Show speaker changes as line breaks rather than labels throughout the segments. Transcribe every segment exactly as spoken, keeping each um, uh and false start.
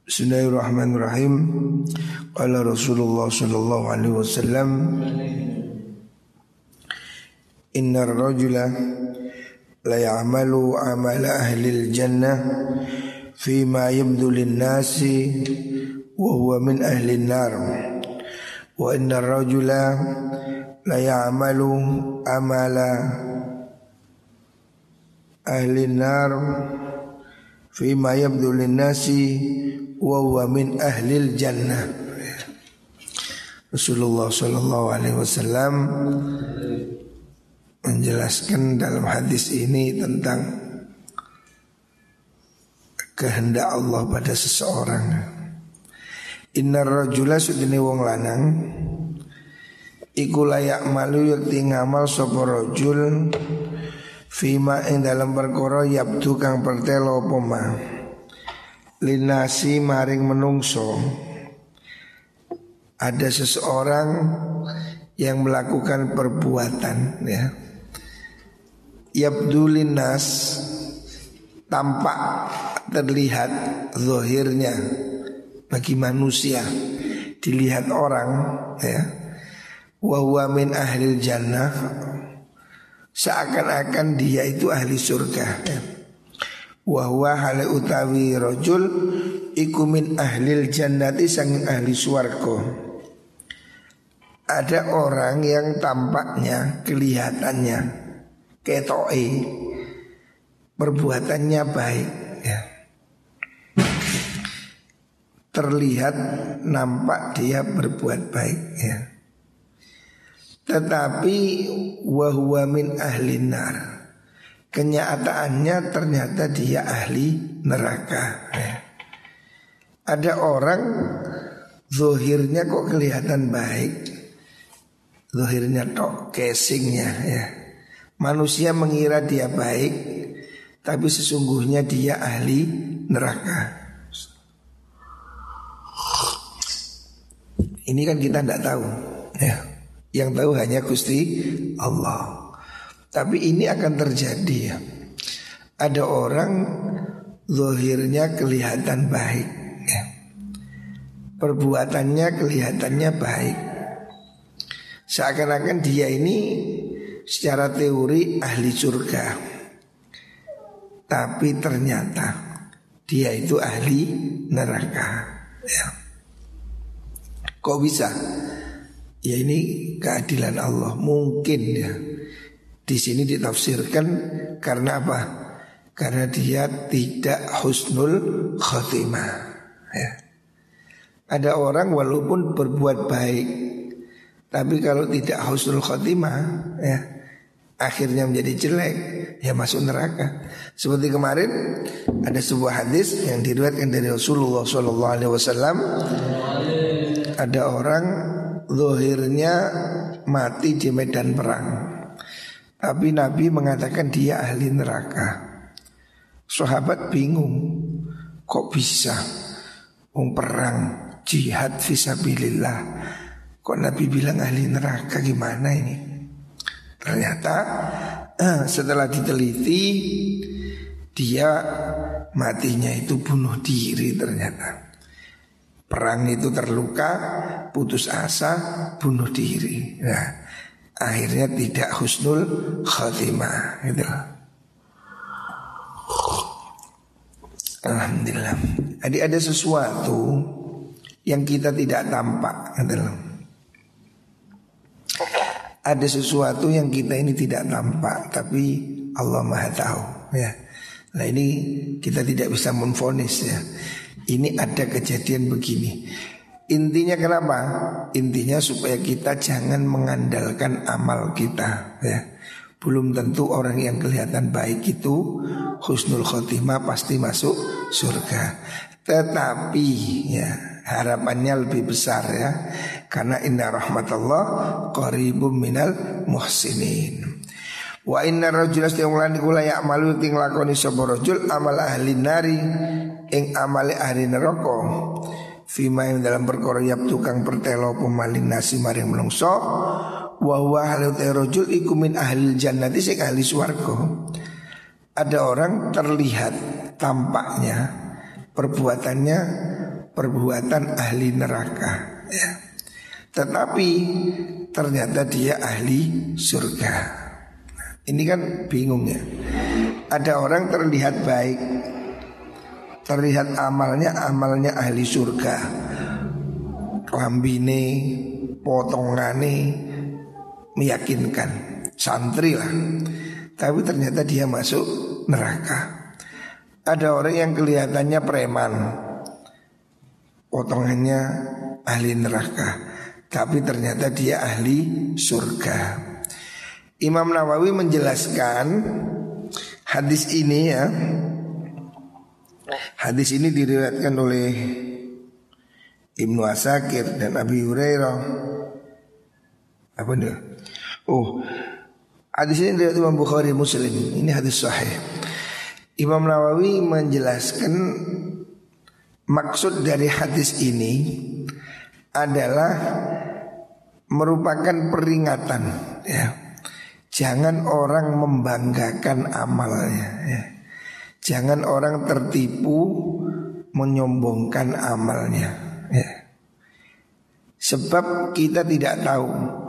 Bismillahirrahmanirrahim. Qala Rasulullah sallallahu alaihi wasallam, innar rajula la ya'malu amala ahlil jannah fima yabdu lin-nasi wa huwa min ahlin nar. Wa innar rajula la ya'malu amala ahlin nar fima yabdu lin-nasi wa huwa min ahlil jannah. Rasulullah sallallahu alaihi wasallam menjelaskan dalam hadis ini tentang kehendak Allah pada seseorang. Innar rajula sudene wong lanang iku layak malu yakti ngamal sapa rajul fima ing dalam perkara yabdu kang pertelo apa ma linasi maring menungso. Ada seseorang yang melakukan perbuatan, ya, yabdu linnas, tampak terlihat zahirnya bagi manusia, dilihat orang, ya, wa huwa min ahlil jannah, seakan-akan dia itu ahli surga, ya. Wa huwa hale utawi rajul iku min ahlil jannati sanging ahli swarga. Ada orang yang tampaknya, kelihatannya, ketoke perbuatannya baik, ya. Terlihat nampak dia berbuat baik, ya. Tetapi wa huwa min ahlin nar, kenyataannya ternyata dia ahli neraka, ya. Ada orang zahirnya kok kelihatan baik, zahirnya tok, casingnya, ya. Manusia mengira dia baik, tapi sesungguhnya dia ahli neraka. Ini kan kita tidak tahu, ya. Yang tahu hanya Gusti Allah. Tapi ini akan terjadi, ya. Ada orang zahirnya kelihatan baik, ya. Perbuatannya kelihatannya baik, seakan-akan dia ini secara teori ahli surga, tapi ternyata dia itu ahli neraka, ya. Kok bisa? Ya ini keadilan Allah. Mungkin, ya, di sini ditafsirkan karena apa? Karena dia tidak husnul khotimah, ya. Ada orang walaupun berbuat baik, tapi kalau tidak husnul khotimah, ya, akhirnya menjadi jelek, ya masuk neraka. Seperti kemarin ada sebuah hadis yang diriwayatkan dari Rasulullah shallallahu alaihi wasallam. Ada orang zahirnya mati di medan perang, tapi Nabi mengatakan dia ahli neraka. Sahabat bingung, kok bisa? Wong perang, jihad fisabilillah, kok Nabi bilang ahli neraka, gimana ini? Ternyata setelah diteliti, dia matinya itu bunuh diri ternyata. Perang itu terluka, putus asa, bunuh diri. Nah, akhirnya tidak husnul khotimah, gitu. Alhamdulillah. Jadi ada sesuatu yang kita tidak tampak, gitu. Ada sesuatu yang kita ini tidak tampak, tapi Allah Maha tahu, ya. Nah ini kita tidak bisa menvonis, ya. Ini ada kejadian begini. Intinya kenapa? Intinya supaya kita jangan mengandalkan amal kita, ya. Belum tentu orang yang kelihatan baik itu husnul khotimah pasti masuk surga. Tetapi, ya, harapannya lebih besar, ya. Karena inna rahmatullah qaribum minal muhsinin. Wa inna rajula setiaulan kula ya'malu ting lakoni sapa rajul amal ahli nari ing amale ahli neraka fima ing dalam perkara yap tukang pertelo pemalin nasi maring menungso wa huwa halu rajul iku min ahli jannati sing ahli swarga. Ada orang terlihat tampaknya perbuatannya perbuatan ahli neraka ya. Tetapi ternyata dia ahli surga. Ini kan bingung ya. Ada orang terlihat baik, terlihat amalnya amalnya ahli surga, klambine, potongane meyakinkan, santri lah. Tapi ternyata dia masuk neraka. Ada orang yang kelihatannya preman, potongannya ahli neraka, tapi ternyata dia ahli surga. Imam Nawawi menjelaskan hadis ini ya. Hadis ini diriwayatkan oleh Ibnu Asakir dan Abi Hurairah. Apa nih? Oh, hadis ini diriwayatkan Imam Bukhari Muslim. Ini hadis sahih. Imam Nawawi menjelaskan maksud dari hadis ini adalah merupakan peringatan ya. Jangan orang membanggakan amalnya ya. Jangan orang tertipu menyombongkan amalnya ya. Sebab kita tidak tahu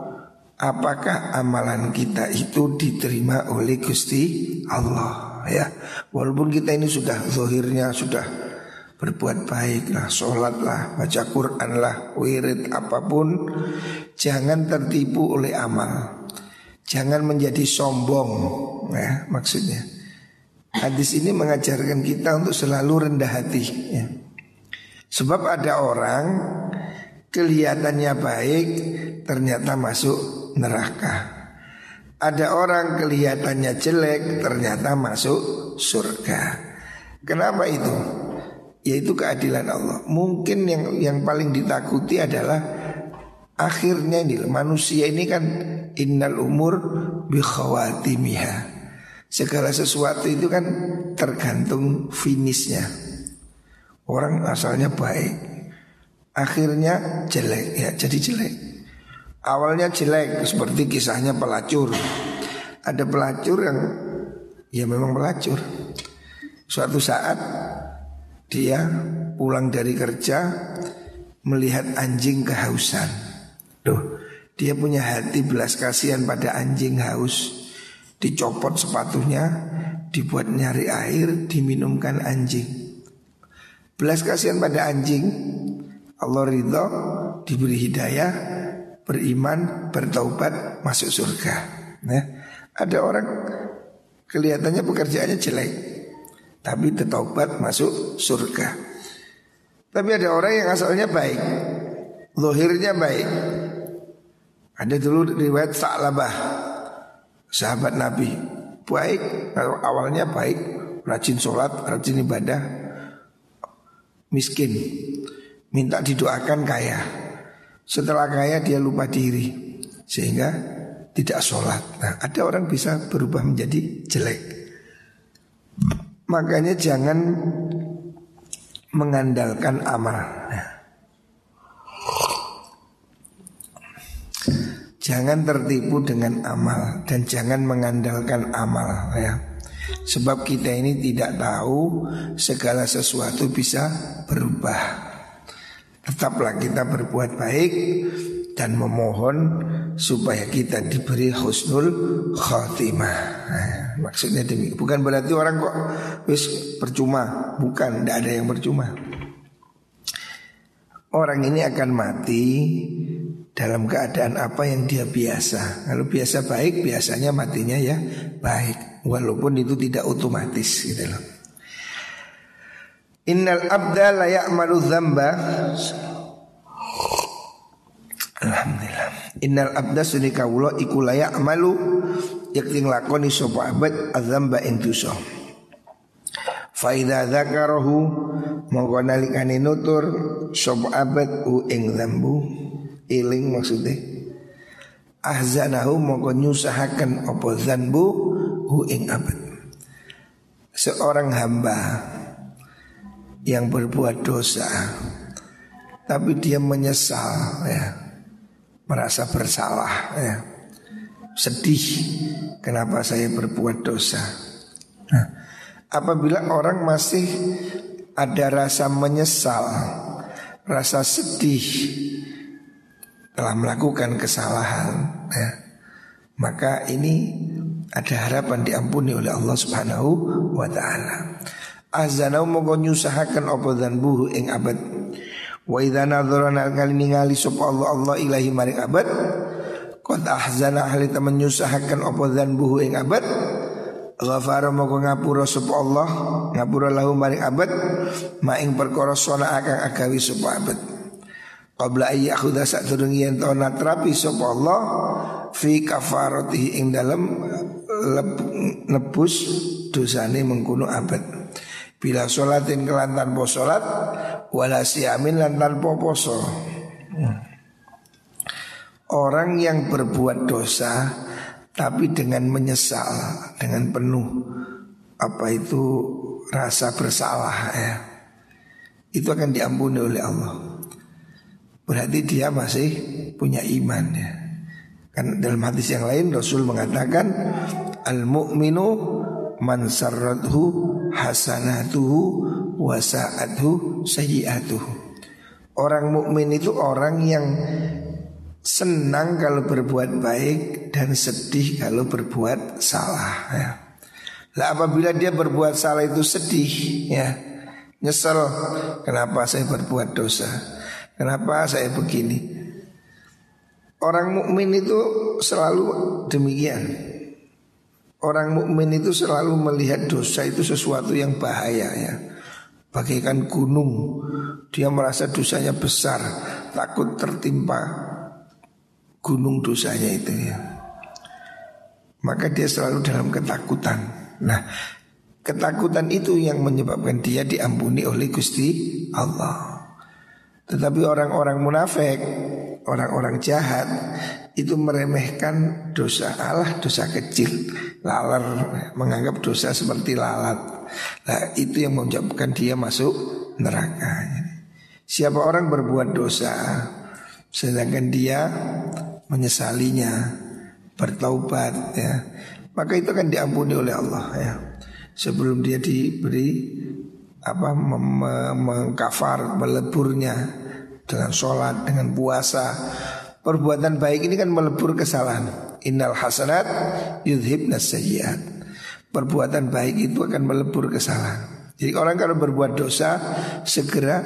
apakah amalan kita itu diterima oleh Gusti Allah ya. Walaupun kita ini sudah zahirnya sudah berbuat baik lah, sholat lah, baca Quran lah, wirid apapun, jangan tertipu oleh amal. Jangan menjadi sombong ya, maksudnya hadis ini mengajarkan kita untuk selalu rendah hati ya. Sebab ada orang kelihatannya baik ternyata masuk neraka. Ada orang kelihatannya jelek ternyata masuk surga. Kenapa itu? Yaitu keadilan Allah. Mungkin yang yang paling ditakuti adalah akhirnya ini manusia ini kan innal umur bi khawatimiha. Segala sesuatu itu kan tergantung finishnya. Orang asalnya baik, akhirnya jelek ya, jadi jelek. Awalnya jelek seperti kisahnya pelacur. Ada pelacur yang ya memang pelacur. Suatu saat dia pulang dari kerja melihat anjing kehausan. Duh, dia punya hati belas kasihan pada anjing haus. Dicopot sepatunya, dibuat nyari air, diminumkan anjing. Belas kasihan pada anjing. Allah ridho, diberi hidayah, beriman, bertaubat, masuk surga. Nah, ada orang kelihatannya pekerjaannya jelek, tapi bertaubat masuk surga. Tapi ada orang yang asalnya baik, zahirnya baik. Ada dulu riwayat Sa'labah, sahabat Nabi, baik, awalnya baik, rajin sholat, rajin ibadah, miskin, minta didoakan kaya. Setelah kaya dia lupa diri, sehingga tidak sholat. Nah, ada orang bisa berubah menjadi jelek. Makanya jangan mengandalkan amal. Nah, jangan tertipu dengan amal dan jangan mengandalkan amal ya. Sebab kita ini tidak tahu segala sesuatu bisa berubah. Tetaplah kita berbuat baik dan memohon supaya kita diberi husnul khatimah. Nah, maksudnya demikian. Bukan berarti orang kok wis percuma, bukan, tidak ada yang percuma. Orang ini akan mati dalam keadaan apa yang dia biasa. Kalau biasa baik, biasanya matinya ya baik, walaupun itu tidak otomatis gitu loh. Innal abda la ya'malu dzamba. Alhamdulillah. Innal abda suni kawula iku la ya'malu yakti nglakoni sapa abad adzamba ing dosa. Fa idza dzakarahu mongko nalikane nutur sapa abad u ing dzambu, iling maksudnya, ahzanahu mongko nyusahaken apa dzanbu hu ing abad. Seorang hamba yang berbuat dosa tapi dia menyesal ya, merasa bersalah ya, sedih kenapa saya berbuat dosa. Nah, apabila orang masih ada rasa menyesal rasa sedih telah melakukan kesalahan, ya, maka ini ada harapan diampuni oleh Allah Subhanahu wa taala. Azanau mongko nyusahaken apa dzanbuhu ing abad. Wa idza nadzarana kali ningali sapa Allah Allah ilahi maring abad. Qad ahzana ahli taman nyusahaken apa dzanbuhu ing abad. Ghafara mongko ngapura sapa Allah, ngapura lahu maring abad ma ing perkara sona akang agawi sapa abad. Qabla ayya khuda sadurunge yen to natrapi sapa Allah fi kafaratihi ing dalem nebus dosane mengkuno abad. Bila sholatin kelantan po sholat, wala siamin lantan po poso. Orang yang berbuat dosa tapi dengan menyesal, dengan penuh apa itu rasa bersalah, ya, itu akan diampuni oleh Allah. Berarti dia masih punya iman, ya. Kan dalam hadis yang lain Rasul mengatakan al-mu'minu man sarrathu hasanatuhu wa sa'athu sayyi'atuhu. Orang mukmin itu orang yang senang kalau berbuat baik dan sedih kalau berbuat salah, ya. Lah apabila dia berbuat salah itu sedih, ya, nyesel, kenapa saya berbuat dosa, kenapa saya begini. Orang mukmin itu selalu demikian. Orang mukmin itu selalu melihat dosa itu sesuatu yang bahaya, ya, bagaikan gunung. Dia merasa dosanya besar, takut tertimpa gunung dosanya itu, ya. Maka dia selalu dalam ketakutan. Nah, ketakutan itu yang menyebabkan dia diampuni oleh Gusti Allah. Tetapi orang-orang munafik, orang-orang jahat itu meremehkan dosa. Allah dosa kecil, laler, menganggap dosa seperti lalat. Nah, itu yang menyebabkan dia masuk neraka. Siapa orang berbuat dosa sedangkan dia menyesalinya, bertaubat, ya, maka itu akan diampuni oleh Allah, ya. Sebelum dia diberi apa mengkafar, meleburnya dengan sholat, dengan puasa. Perbuatan baik ini kan melebur kesalahan. Innal hasanat yudhibnas sayyiat. Perbuatan baik itu akan melebur kesalahan. Jadi orang kalau berbuat dosa segera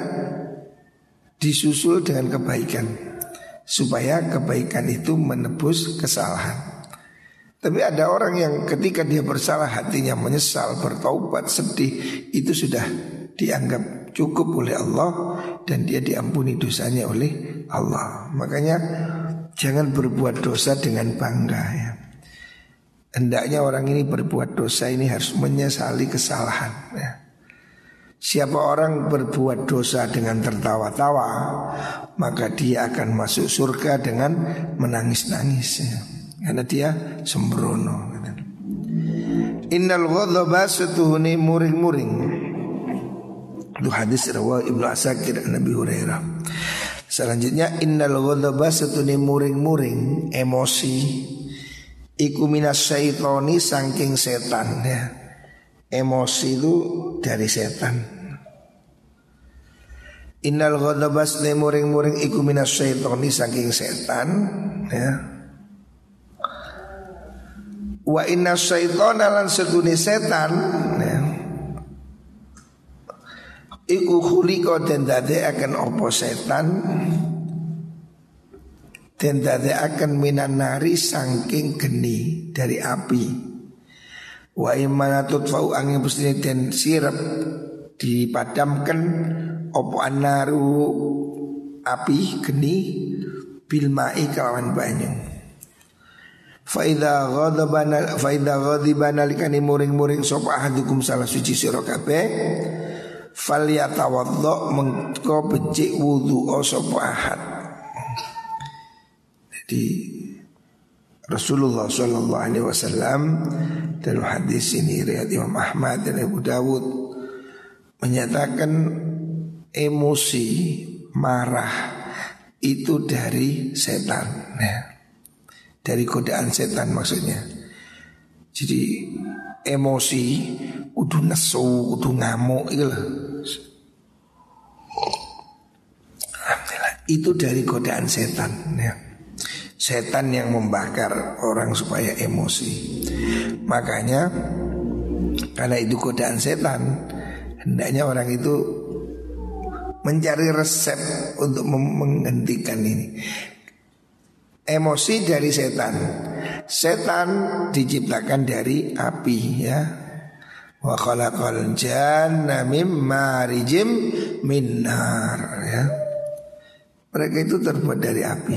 disusul dengan kebaikan, supaya kebaikan itu menebus kesalahan. Tapi ada orang yang ketika dia bersalah hatinya menyesal, bertaubat, sedih, itu sudah dianggap cukup oleh Allah dan dia diampuni dosanya oleh Allah. Makanya jangan berbuat dosa dengan bangga, ya. Hendaknya orang ini berbuat dosa ini harus menyesali kesalahan, ya. Siapa orang berbuat dosa dengan tertawa-tawa, maka dia akan masuk surga dengan menangis-nangis, ya. Karena dia sembrono. Innal ghadaba setuhuni muring-muring. Itu hadis riwayat Ibnu Asakir Nabi Hurairah. Selanjutnya innal ghadaba setuhuni muring-muring, emosi iku minas syaitoni saking setan, ya. Emosi itu dari setan. Innal ghadaba setuhuni muring-muring iku minas syaitoni saking setan, ya. Wa inna syaitana lan sedune setan, ya, iku khuliqa den dadekaken apa setan, den dadekaken minan nari saking geni dari api. Wa imana tutfau angin pustine den sirep dipadamkan apa annaru api geni bil mai kelawan banyu. Faida ghadabana faida ghadibana likani muring-muring sapa ahadukum salah suci sira kabeh falyatawaddo mengko becik wudu sapa ahad. Jadi Rasulullah sallallahu alaihi wasallam dalam hadis ini riwayat Imam Ahmad dan Abu Dawud menyatakan emosi marah itu dari setan, ya. Dari godaan setan maksudnya. Jadi emosi kudu nesu, kudu ngamuk itu lah. itu dari godaan setan ya. Setan yang membakar orang supaya emosi. Makanya karena itu godaan setan, hendaknya orang itu mencari resep untuk menghentikan ini. Emosi dari setan. Setan diciptakan dari api ya. Wa khalaqal janna mim marijim min nar ya. Mereka itu terbuat dari api.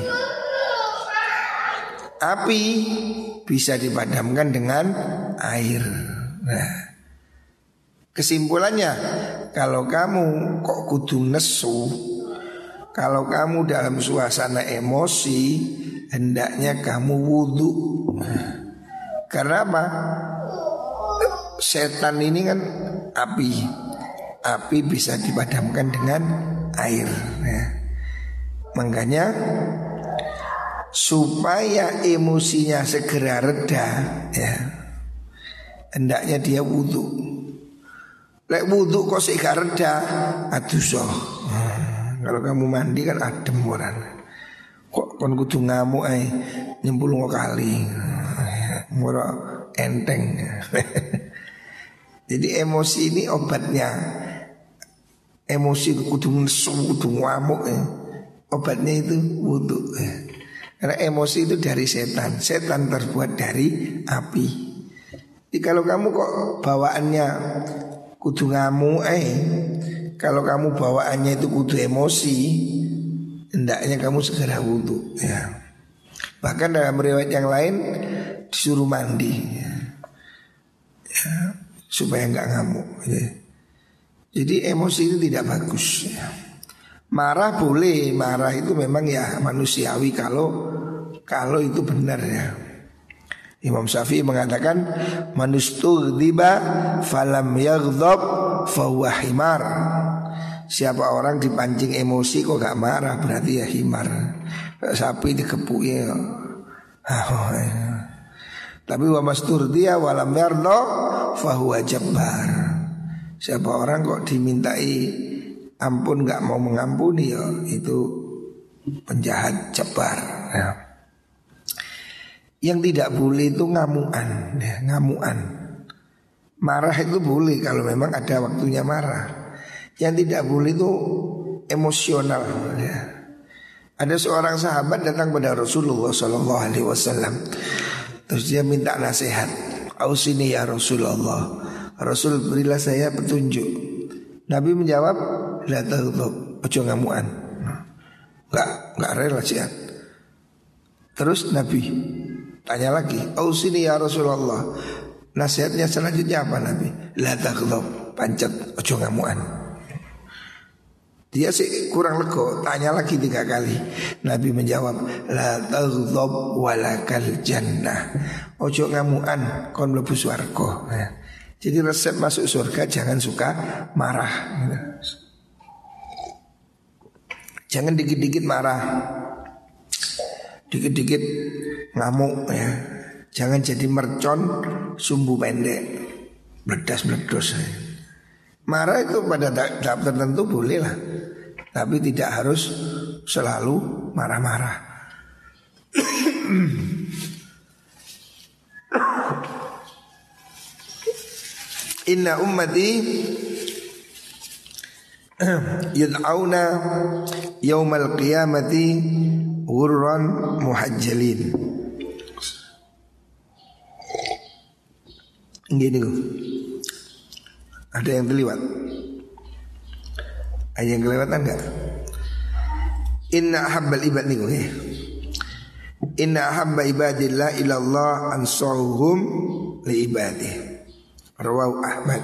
Api bisa dipadamkan dengan air. Nah, kesimpulannya, kalau kamu kok kudu nesu, kalau kamu dalam suasana emosi, hendaknya kamu wudhu. Nah, karena apa? Setan ini kan api. Api bisa dipadamkan dengan air ya. Makanya supaya emosinya segera reda ya, hendaknya dia wudhu. Lek wudhu kok segera reda, aduh so. Hmm, kalau kamu mandi kan adem orang. Kok kon kudu ngamuk ay nyempul kali, murah enteng. Jadi emosi ini obatnya. Emosi kudu nesu, kudu ngamuk ya. Obatnya itu wudhu ya. Karena emosi itu dari setan. Setan terbuat dari api. Jadi kalau kamu kok bawaannya kudu ngamuk eh, kalau kamu bawaannya itu kudu emosi, hendaknya kamu segera wudhu ya. Bahkan dalam riwayat yang lain disuruh mandi ya, ya supaya nggak ngamuk ya. Jadi emosi itu tidak bagus ya. Marah boleh, marah itu memang ya manusiawi kalau kalau itu benar ya. Imam Syafi'i mengatakan manustughdiba falam yaghdab fahuwa himar. Siapa orang dipancing emosi kok gak marah berarti ya himar. Sapi dikepuki ya. Tapi wa masturdiya walam yarda fahuwa jabbar. Siapa orang kok dimintai ampun gak mau mengampuni ya itu penjahat jabbar ya. Yang tidak boleh itu ngamuan ya, ngamuan. Marah itu boleh kalau memang ada waktunya marah. Yang tidak boleh itu emosional ya. Ada seorang sahabat datang pada Rasulullah Sallallahu Alaihi Wasallam. Terus dia minta nasihat. Ausini ya Rasulullah. Rasul berilah saya petunjuk. Nabi menjawab, la taghdab, ojo ngamuan. Enggak, enggak rela sih. Terus Nabi tanya lagi, ausini ya Rasulullah. Nasihatnya selanjutnya apa Nabi? La taghdab, pancet, ojo ngamuan. Dia sih kurang lego, tanya lagi tiga kali. Nabi menjawab, la taghdab walakal jannah. Ojo ngamuan, kon mlebu swarga. Ya. Jadi resep masuk surga jangan suka marah. Jangan dikit-dikit marah, dikit-dikit ngamuk ya. Jangan jadi mercon sumbu pendek, meledas-meledos. Marah itu pada tahap tertentu boleh lah, tapi tidak harus selalu marah-marah. Inna ummati yud'auna yaumal qiyamati ghurran muhajjalin. Gini kok. Ada yang terliwat? Ada yang kelewatan enggak? Inna habbal ibad nih ya. Inna habba ibadillah ilallah ansahuhum li ibadih. Rawahu Ahmad.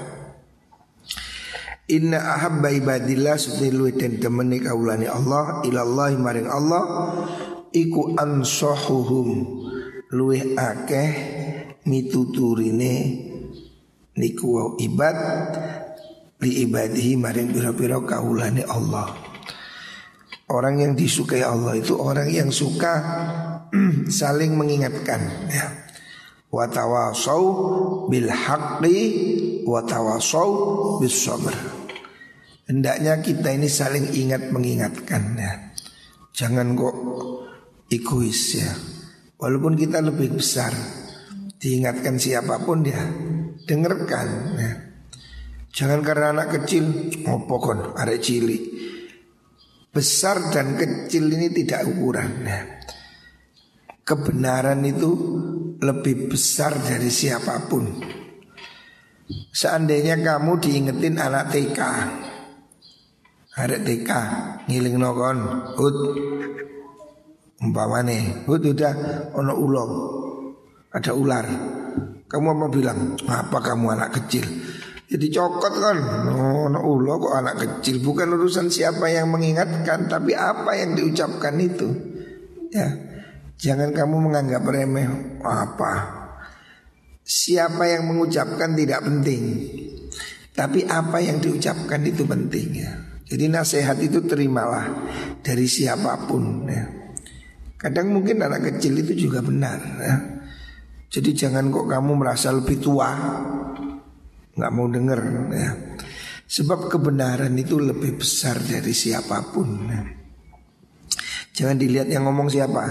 Inna ahabba ibadillah sutilu den temeni kaulane Allah ilallah maring Allah iku ansahuhum luweh akeh mituturine niku ibad li ibadihi maring pira-pira kaulane Allah. Orang yang disukai Allah itu orang yang suka saling mengingatkan ya. Wa tawasau bil haqqi wa tawasau bis sabr. Hendaknya kita ini saling ingat mengingatkan ya. Jangan kok egois ya. Walaupun kita lebih besar, diingatkan siapapun ya dengarkan ya. Jangan karena anak kecil ngopo kon arek cilik. Besar dan kecil ini tidak ukuran ya. Kebenaran itu lebih besar dari siapapun. Seandainya kamu diingetin anak T K, arek T K ngiling nokon, hud umpamane, hud udah ono ulo, ada ular. Kamu apa bilang? Apa kamu anak kecil? Jadi cokot kan, ono ulo kok anak kecil. Bukan urusan siapa yang mengingatkan, tapi apa yang diucapkan itu. Ya, jangan kamu menganggap remeh apa. Siapa yang mengucapkan tidak penting, tapi apa yang diucapkan itu penting ya. Jadi nasihat itu terimalah dari siapapun ya. Kadang mungkin anak kecil itu juga benar ya. Jadi jangan kok kamu merasa lebih tua, nggak mau denger ya. Sebab kebenaran itu lebih besar dari siapapun ya. Jangan dilihat yang ngomong siapa.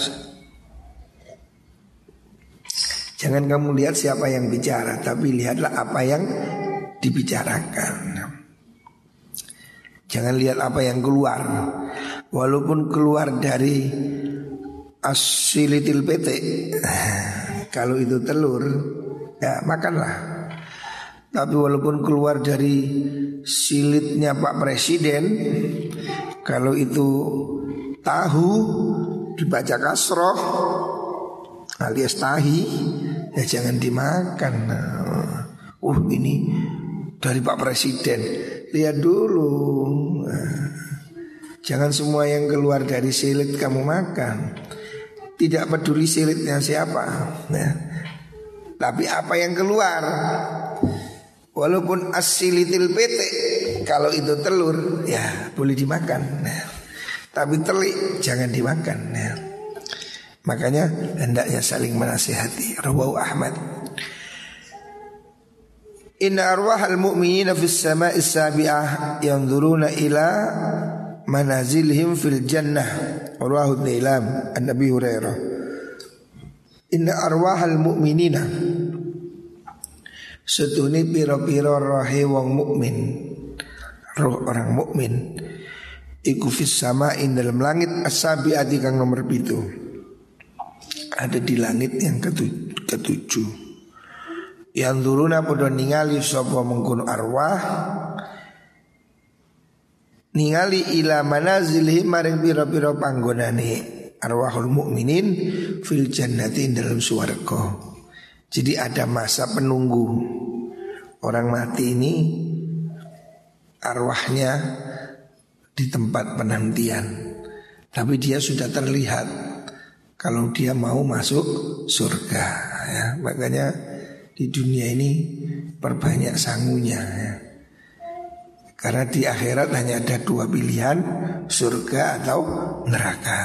Jangan kamu lihat siapa yang bicara, tapi lihatlah apa yang dibicarakan. Jangan lihat apa yang keluar. Walaupun keluar dari asilitil petek, kalau itu telur ya makanlah. Tapi walaupun keluar dari silitnya Pak Presiden, kalau itu tahu dibaca kasroh alias tahi, ya jangan dimakan. Uh ini dari Pak Presiden, lihat dulu. Jangan semua yang keluar dari silit kamu makan. Tidak peduli silitnya siapa ya. Tapi apa yang keluar. Walaupun asilitil pete, kalau itu telur ya boleh dimakan ya. Tapi telik jangan dimakan ya. Makanya hendaknya saling menasihati. Rawahu Ahmad. Inna arwahal mu'minina fis sama'i sabi'ah yanzuruna ila manazilhim fil jannah. Rawahu Dailam an Nabi Hurairah. Inna arwahal mu'minina, setune pira-pira rohe wong mukmin, roh orang mukmin iku fis sama'in dalam langit as-sabi'ati kang nomor pitu. Ada di langit yang ketu- ketujuh. Yang turuna podo ningali sapa mengkono arwah, ningali ila manazilih maring pira-pira panggonane arwahul mukminin fil jannati dalam swarga. Jadi ada masa penunggu. Orang mati ini arwahnya di tempat penantian, tapi dia sudah terlihat kalau dia mau masuk surga ya. Makanya di dunia ini perbanyak sangunya ya. Karena di akhirat hanya ada dua pilihan, surga atau neraka.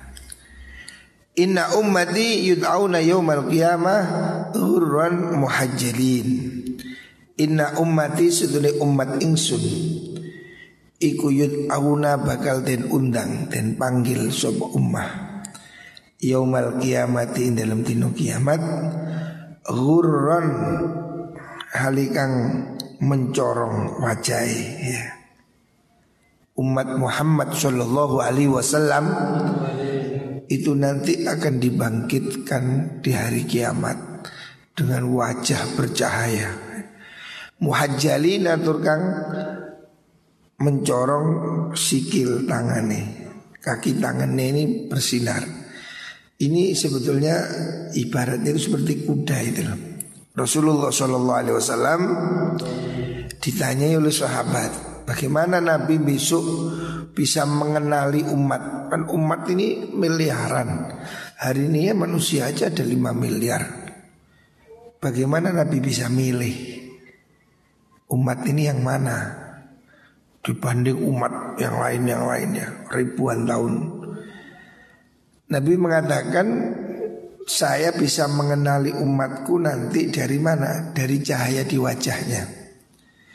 Inna ummati yud'auna yawmal qiyamah hurran muhajjalin. Inna ummati sedune umat ingsun iku yud'auna bakal den undang den panggil sapa ummah yaumal kiamati dalam dino kiamat ghurran halikang mencorong wajah ya. Umat Muhammad sallallahu alaihi wasallam itu nanti akan dibangkitkan di hari kiamat dengan wajah bercahaya. Muhajjalin atur kang mencorong sikil tangane, kaki tangannya ini bersinar. Ini sebetulnya ibaratnya itu seperti kuda itu loh. Rasulullah shallallahu alaihi wasallam ditanyai oleh sahabat, bagaimana Nabi besok bisa mengenali umat? Kan umat ini miliaran. Hari ini ya manusia aja ada lima miliar. Bagaimana Nabi bisa milih umat ini yang mana dibanding umat yang lain yang lainnya ribuan tahun? Nabi mengatakan, saya bisa mengenali umatku nanti dari mana? Dari cahaya di wajahnya.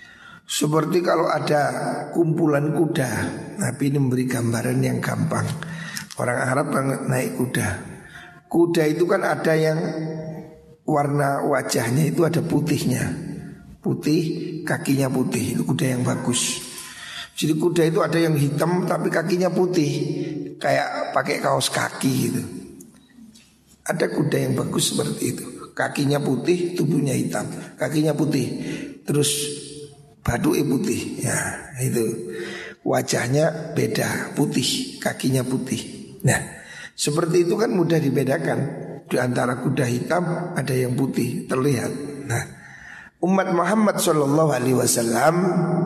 Seperti kalau ada kumpulan kuda, Nabi ini memberi gambaran yang gampang. Orang Arab kan naik kuda. Kuda itu kan ada yang warna wajahnya itu ada putihnya, putih, kakinya putih. Itu kuda yang bagus. Jadi kuda itu ada yang hitam tapi kakinya putih, kayak pakai kaos kaki gitu. Ada kuda yang bagus seperti itu, kakinya putih, tubuhnya hitam, kakinya putih, terus baduke putih. Ya itu wajahnya beda, putih, kakinya putih. Nah seperti itu kan mudah dibedakan. Di antara kuda hitam ada yang putih terlihat. Nah umat Muhammad shallallahu alaihi wasallam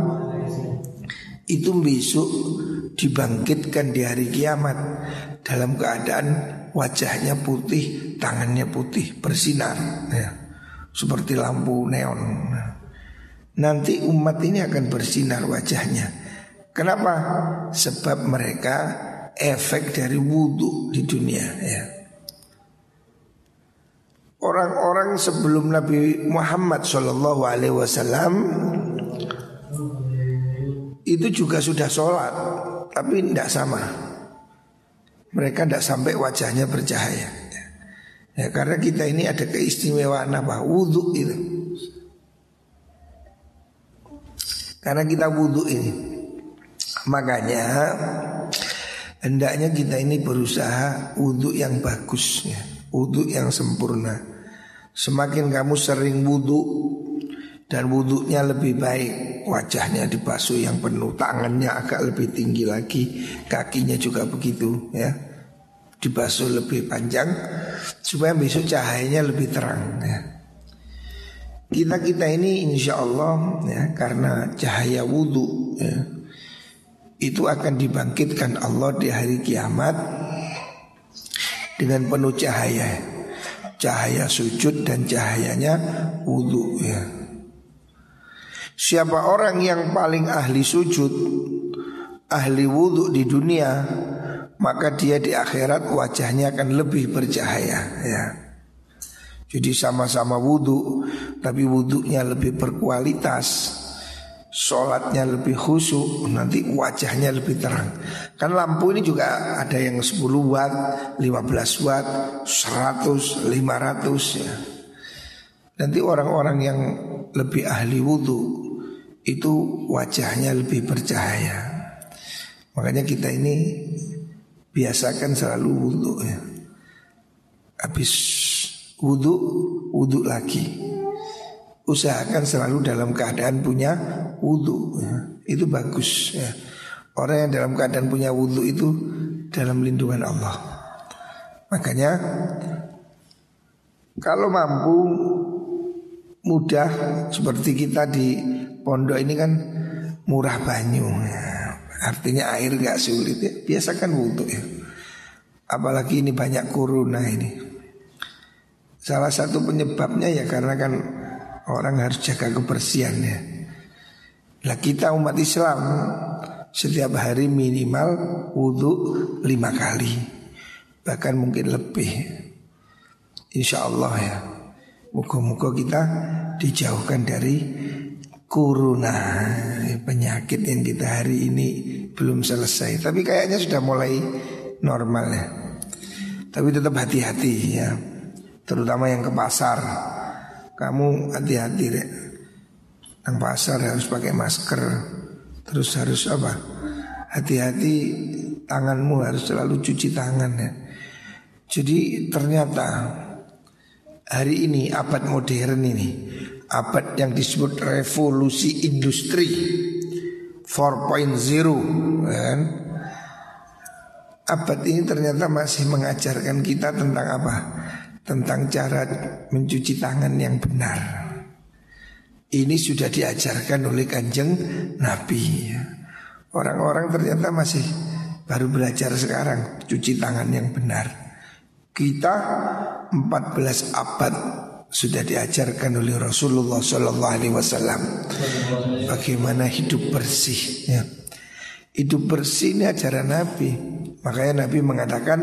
itu besok dibangkitkan di hari kiamat dalam keadaan wajahnya putih, tangannya putih, bersinar ya, seperti lampu neon. Nanti umat ini akan bersinar wajahnya. Kenapa? Sebab mereka efek dari wudhu di dunia ya. Orang-orang sebelum Nabi Muhammad shallallahu alaihi wasallam itu juga sudah sholat, tapi tidak sama. Mereka tidak sampai wajahnya bercahaya ya, karena kita ini ada keistimewaan apa? Wudhu itu. Karena kita wudhu ini, makanya hendaknya kita ini berusaha wudhu yang bagus ya, wudhu yang sempurna. Semakin kamu sering wudhu dan wudhunya lebih baik, wajahnya dibasuh yang penuh, tangannya agak lebih tinggi lagi, kakinya juga begitu ya, dibasuh lebih panjang supaya besok cahayanya lebih terang ya. Kita-kita ini insya Allah ya, karena cahaya wudhu ya, itu akan dibangkitkan Allah di hari kiamat dengan penuh cahaya, cahaya sujud dan cahayanya wudhu ya. Siapa orang yang paling ahli sujud, ahli wudhu di dunia, maka dia di akhirat wajahnya akan lebih bercahaya ya. Jadi sama-sama wudhu, tapi wudhunya lebih berkualitas, sholatnya lebih khusyuk, nanti wajahnya lebih terang. Kan lampu ini juga ada yang sepuluh watt, lima belas watt, seratus, lima ratus ya. Nanti orang-orang yang lebih ahli wudhu itu wajahnya lebih bercahaya. Makanya kita ini biasakan selalu wudhu ya. Habis wudhu, wudhu lagi. Usahakan selalu dalam keadaan punya wudhu ya. Itu bagus ya. Orang yang dalam keadaan punya wudhu itu dalam lindungan Allah. Makanya kalau mampu mudah, seperti kita di pondok ini kan murah banyu ya. Artinya air gak sulit ya. Biasakan wudhu ya. Apalagi ini banyak corona ini. Salah satu penyebabnya ya karena kan orang harus jaga kebersihan ya. Lah kita umat Islam setiap hari minimal wudhu lima kali, bahkan mungkin lebih. Insya Allah ya. Moga-moga kita dijauhkan dari corona, penyakit yang kita hari ini belum selesai. Tapi kayaknya sudah mulai normal ya. Tapi tetap hati-hati ya, terutama yang ke pasar. Kamu hati-hati deh. Yang pasar harus pakai masker. Terus harus apa? Hati-hati, tanganmu harus selalu cuci tangan ya. Jadi ternyata hari ini abad modern ini, abad yang disebut revolusi industri empat titik nol kan? Abad ini ternyata masih mengajarkan kita tentang apa? Tentang cara mencuci tangan yang benar. Ini sudah diajarkan oleh Kanjeng Nabi. Orang-orang ternyata masih baru belajar sekarang cuci tangan yang benar. Kita empat belas abad sudah diajarkan oleh Rasulullah Sallallahu Alaihi Wasallam bagaimana hidup bersih ya. Hidup bersih ini ajaran Nabi. Makanya Nabi mengatakan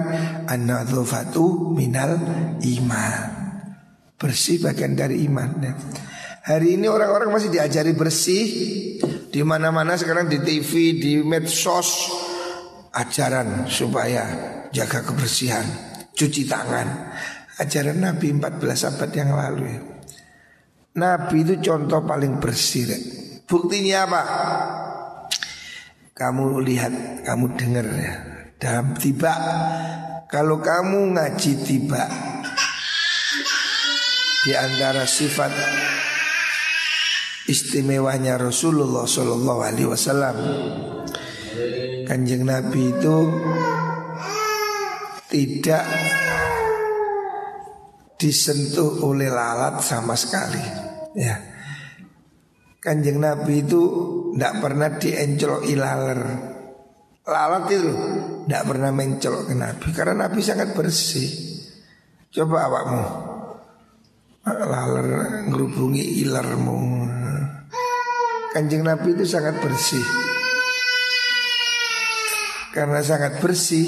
an-nadzafatu minal iman. Bersih bagian dari iman ya. Hari ini orang-orang masih diajari bersih. Di mana-mana sekarang di T V, di medsos, ajaran supaya jaga kebersihan, cuci tangan. Ajaran Nabi empat belas abad yang lalu ya. Nabi itu contoh paling bersih. Buktinya apa? Kamu lihat, kamu dengar ya. Dalam tiba, kalau kamu ngaji tiba, di antara sifat istimewanya Rasulullah Shallallahu Alaihi Wasallam, Kanjeng Nabi itu tidak disentuh oleh lalat sama sekali. Ya, Kanjeng Nabi itu tidak pernah diencolok laler. Lalat itu tidak pernah mencolok ke Nabi karena Nabi sangat bersih. Coba awakmu laler ngerubungi ilarmu. Kanjeng Nabi itu sangat bersih. Karena sangat bersih,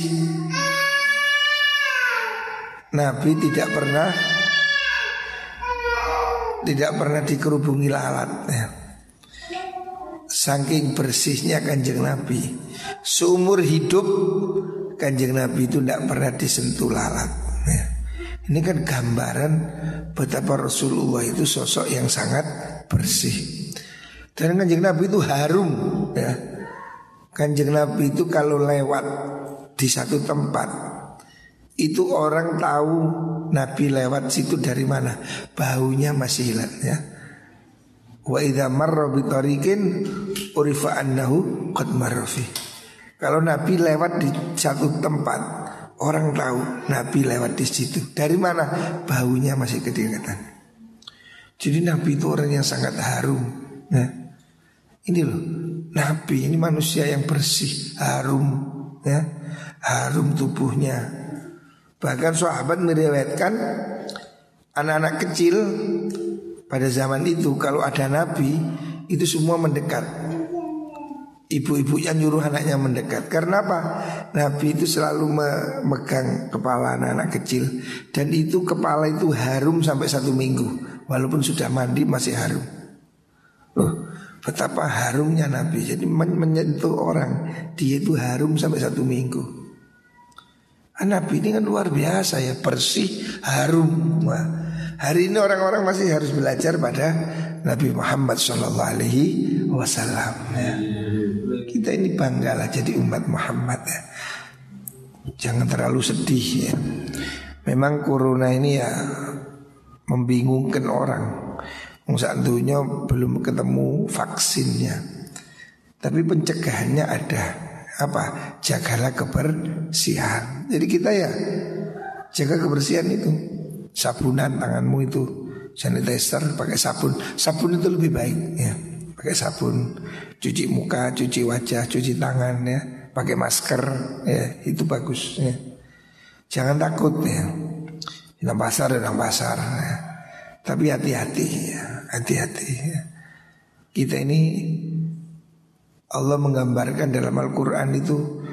Nabi tidak pernah Tidak pernah dikerubungi lalat ya. Saking bersihnya Kanjeng Nabi, seumur hidup Kanjeng Nabi itu tidak pernah disentuh lalat ya. Ini kan gambaran betapa Rasulullah itu sosok yang sangat bersih. Dan Kanjeng Nabi itu harum ya. Kanjeng Nabi itu kalau lewat di satu tempat, itu orang tahu Nabi lewat situ dari mana, baunya masih hilang ya. Wa idza marra bi tariqin urifa annahu qad marra fi. Kalau Nabi lewat di satu tempat, orang tahu Nabi lewat di situ. Dari mana? Baunya masih kedekatan. Jadi Nabi itu orang yang sangat harum ya. Ini loh, Nabi ini manusia yang bersih, harum ya, harum tubuhnya. Bahkan sahabat meriwayatkan anak-anak kecil pada zaman itu kalau ada Nabi itu semua mendekat. Ibu-ibunya nyuruh anaknya mendekat. Karena apa? Nabi itu selalu memegang kepala anak-anak kecil. Dan itu kepala itu harum sampai satu minggu. Walaupun sudah mandi masih harum. Loh, betapa harumnya Nabi. Jadi menyentuh orang, dia itu harum sampai satu minggu. Nabi ini kan luar biasa ya, bersih, harum. Wah, hari ini orang-orang masih harus belajar pada Nabi Muhammad Shallallahu Alaihi Wasallam ya. Kita ini banggalah jadi umat Muhammad ya. Jangan terlalu sedih ya. Memang corona ini ya membingungkan orang. Saat dunia belum ketemu vaksinnya, tapi pencegahannya ada. Apa? Jagalah kebersihan. Jadi kita ya jaga kebersihan itu. Sabunan tanganmu itu, sanitizer, pakai sabun. Sabun itu lebih baik ya. Pakai sabun, cuci muka, cuci wajah, cuci tangan ya, pakai masker ya, itu bagus ya. Jangan takut ya. Dalam pasar, dalam pasar ya. Tapi hati-hati ya, hati-hati ya. Kita ini Allah menggambarkan dalam Al-Quran itu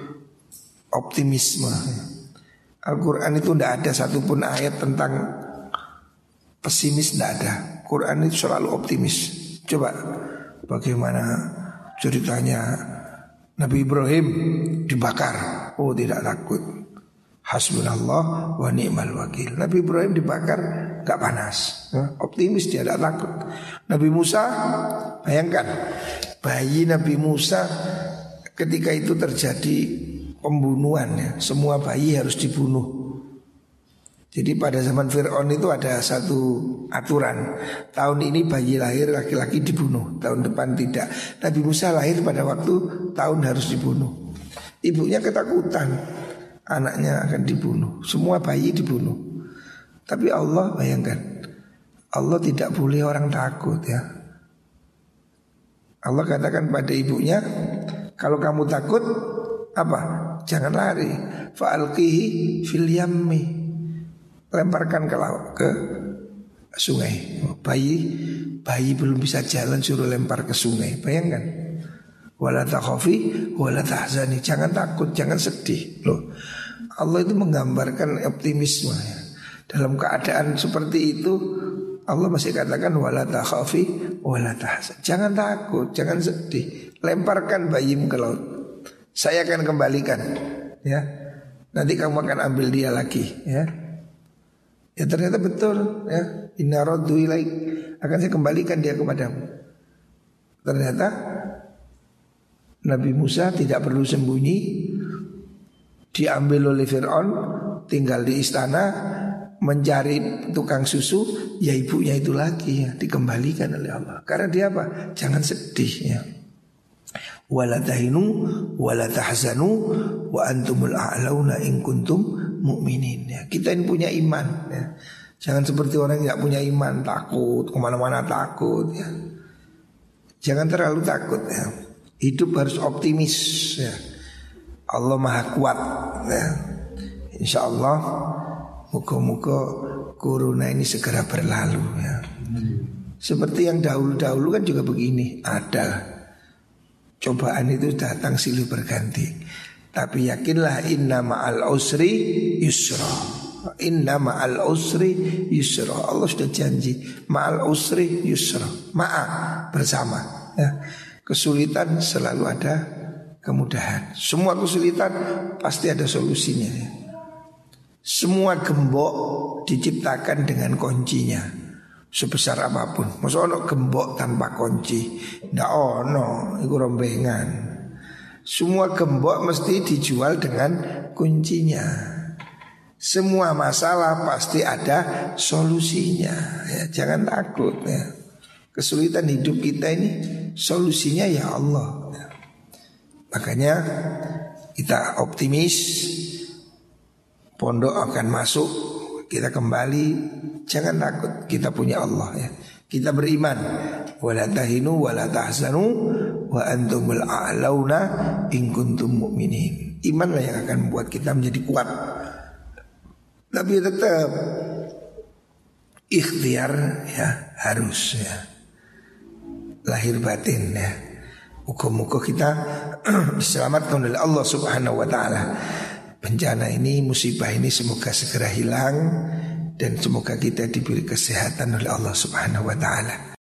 optimisme. Al-Quran itu tidak ada satupun ayat tentang pesimis, tidak ada. Quran itu selalu optimis. Coba bagaimana ceritanya Nabi Ibrahim dibakar, oh tidak takut. Hasbunallah wa ni'mal wakil. Nabi Ibrahim dibakar gak panas, optimis, dia tidak takut. Nabi Musa, bayangkan bayi Nabi Musa ketika itu terjadi pembunuhan ya, semua bayi harus dibunuh. Jadi pada zaman Fir'aun itu ada satu aturan, tahun ini bayi lahir laki-laki dibunuh, tahun depan tidak. Nabi Musa lahir pada waktu tahun harus dibunuh. Ibunya ketakutan, anaknya akan dibunuh, semua bayi dibunuh. Tapi Allah, bayangkan, Allah tidak boleh orang takut ya. Allah katakan pada ibunya, kalau kamu takut apa? Jangan lari. Fa'alqihi fil yammi. Lemparkan ke laut, ke sungai. Bayi bayi belum bisa jalan suruh lempar ke sungai. Bayangkan. Wala takhafi wala tahzani. Jangan takut, jangan sedih. Loh, Allah itu menggambarkan optimisme ya. Dalam keadaan seperti itu Allah masih katakan wala takhafi wala tahzan. Jangan takut, jangan sedih. Lemparkan bayimu ke laut. Saya akan kembalikan, ya. Nanti kamu akan ambil dia lagi, ya. Ya ternyata betul, ya. Inna raddu ilaik, akan saya kembalikan dia kepadamu. Ternyata Nabi Musa tidak perlu sembunyi, diambil oleh Fir'aun, tinggal di istana, mencari tukang susu, ya ibunya itu lagi, ya, dikembalikan oleh Allah. Karena dia apa? Jangan sedih, ya. Wala tahinu wala tahzanu wa antumul a'launa in kuntum mu'minin, ya. Kita ini punya iman, ya. Jangan seperti orang yang tidak punya iman, takut kemana-mana takut, ya. Jangan terlalu takut, ya. Hidup harus optimis, ya. Allah maha kuat, ya. Insya Allah muka-muka corona ini segera berlalu, ya. Seperti yang dahulu-dahulu kan juga begini, ada cobaan itu datang silih berganti. Tapi yakinlah inna ma'al usri yusra. Inna ma'al usri yusra. Allah sudah janji ma'al usri yusra. Ma'a bersama, ya. Kesulitan selalu ada kemudahan. Semua kesulitan pasti ada solusinya, ya. Semua gembok diciptakan dengan kuncinya, sebesar apapun. Masa ono gembok tanpa kunci? Ndak ono, itu rombengan. Semua gembok mesti dijual dengan kuncinya. Semua masalah pasti ada solusinya, ya. Jangan takut, ya. Kesulitan hidup kita ini solusinya ya Allah, ya. Makanya kita optimis, pondok akan masuk, kita kembali, jangan takut, kita punya Allah, ya. Kita beriman, wala tahinu wala tahzanu wa antumul a'launa in kuntum mu'minin. Imanlah yang akan membuat kita menjadi kuat. Tapi tetap ikhtiar, ya, harus, ya. Lahir batin, ya. Muka-muka kita diselamatkan oleh Allah Subhanahu wa ta'ala. Bencana ini, musibah ini semoga segera hilang, dan semoga kita diberi kesehatan oleh Allah Subhanahu wa ta'ala.